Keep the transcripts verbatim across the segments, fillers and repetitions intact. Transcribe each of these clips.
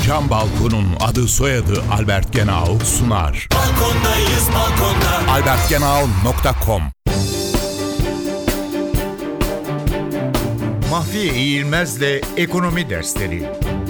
Cam Balkon'un adı soyadı Albert Genau sunar. Balkondayız balkonda. albert genau nokta com Mahfiye İğilmez'le Ekonomi Dersleri.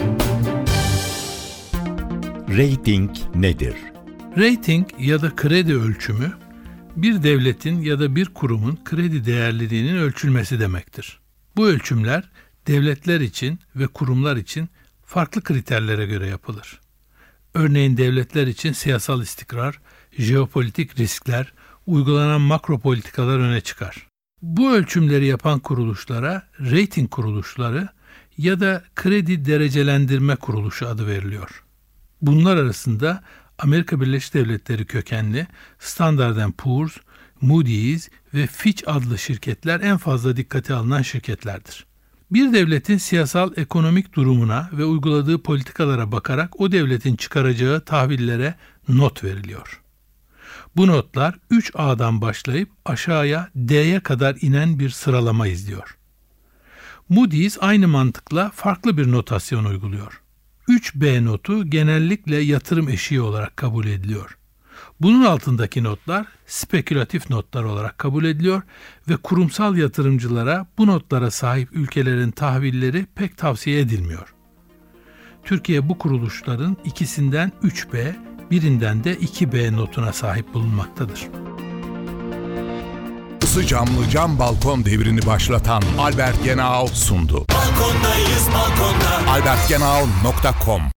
Rating nedir? Rating ya da kredi ölçümü, bir devletin ya da bir kurumun kredi değerliliğinin ölçülmesi demektir. Bu ölçümler devletler için ve kurumlar için farklı kriterlere göre yapılır. Örneğin devletler için siyasal istikrar, jeopolitik riskler, uygulanan makro politikalar öne çıkar. Bu ölçümleri yapan kuruluşlara rating kuruluşları ya da kredi derecelendirme kuruluşu adı veriliyor. Bunlar arasında Amerika Birleşik Devletleri kökenli Standard and Poor's, Moody's ve Fitch adlı şirketler en fazla dikkate alınan şirketlerdir. Bir devletin siyasal ekonomik durumuna ve uyguladığı politikalara bakarak o devletin çıkaracağı tahvillere not veriliyor. Bu notlar üç A'dan başlayıp aşağıya D'ye kadar inen bir sıralama izliyor. Moody's aynı mantıkla farklı bir notasyon uyguluyor. üç B notu genellikle yatırım eşiği olarak kabul ediliyor. Bunun altındaki notlar spekülatif notlar olarak kabul ediliyor ve kurumsal yatırımcılara bu notlara sahip ülkelerin tahvilleri pek tavsiye edilmiyor. Türkiye bu kuruluşların ikisinden üç B, birinden de iki B notuna sahip bulunmaktadır. Isı camlı cam balkon devrini başlatan Albert Genau sundu. Balkondayız balkonda. albert genau nokta com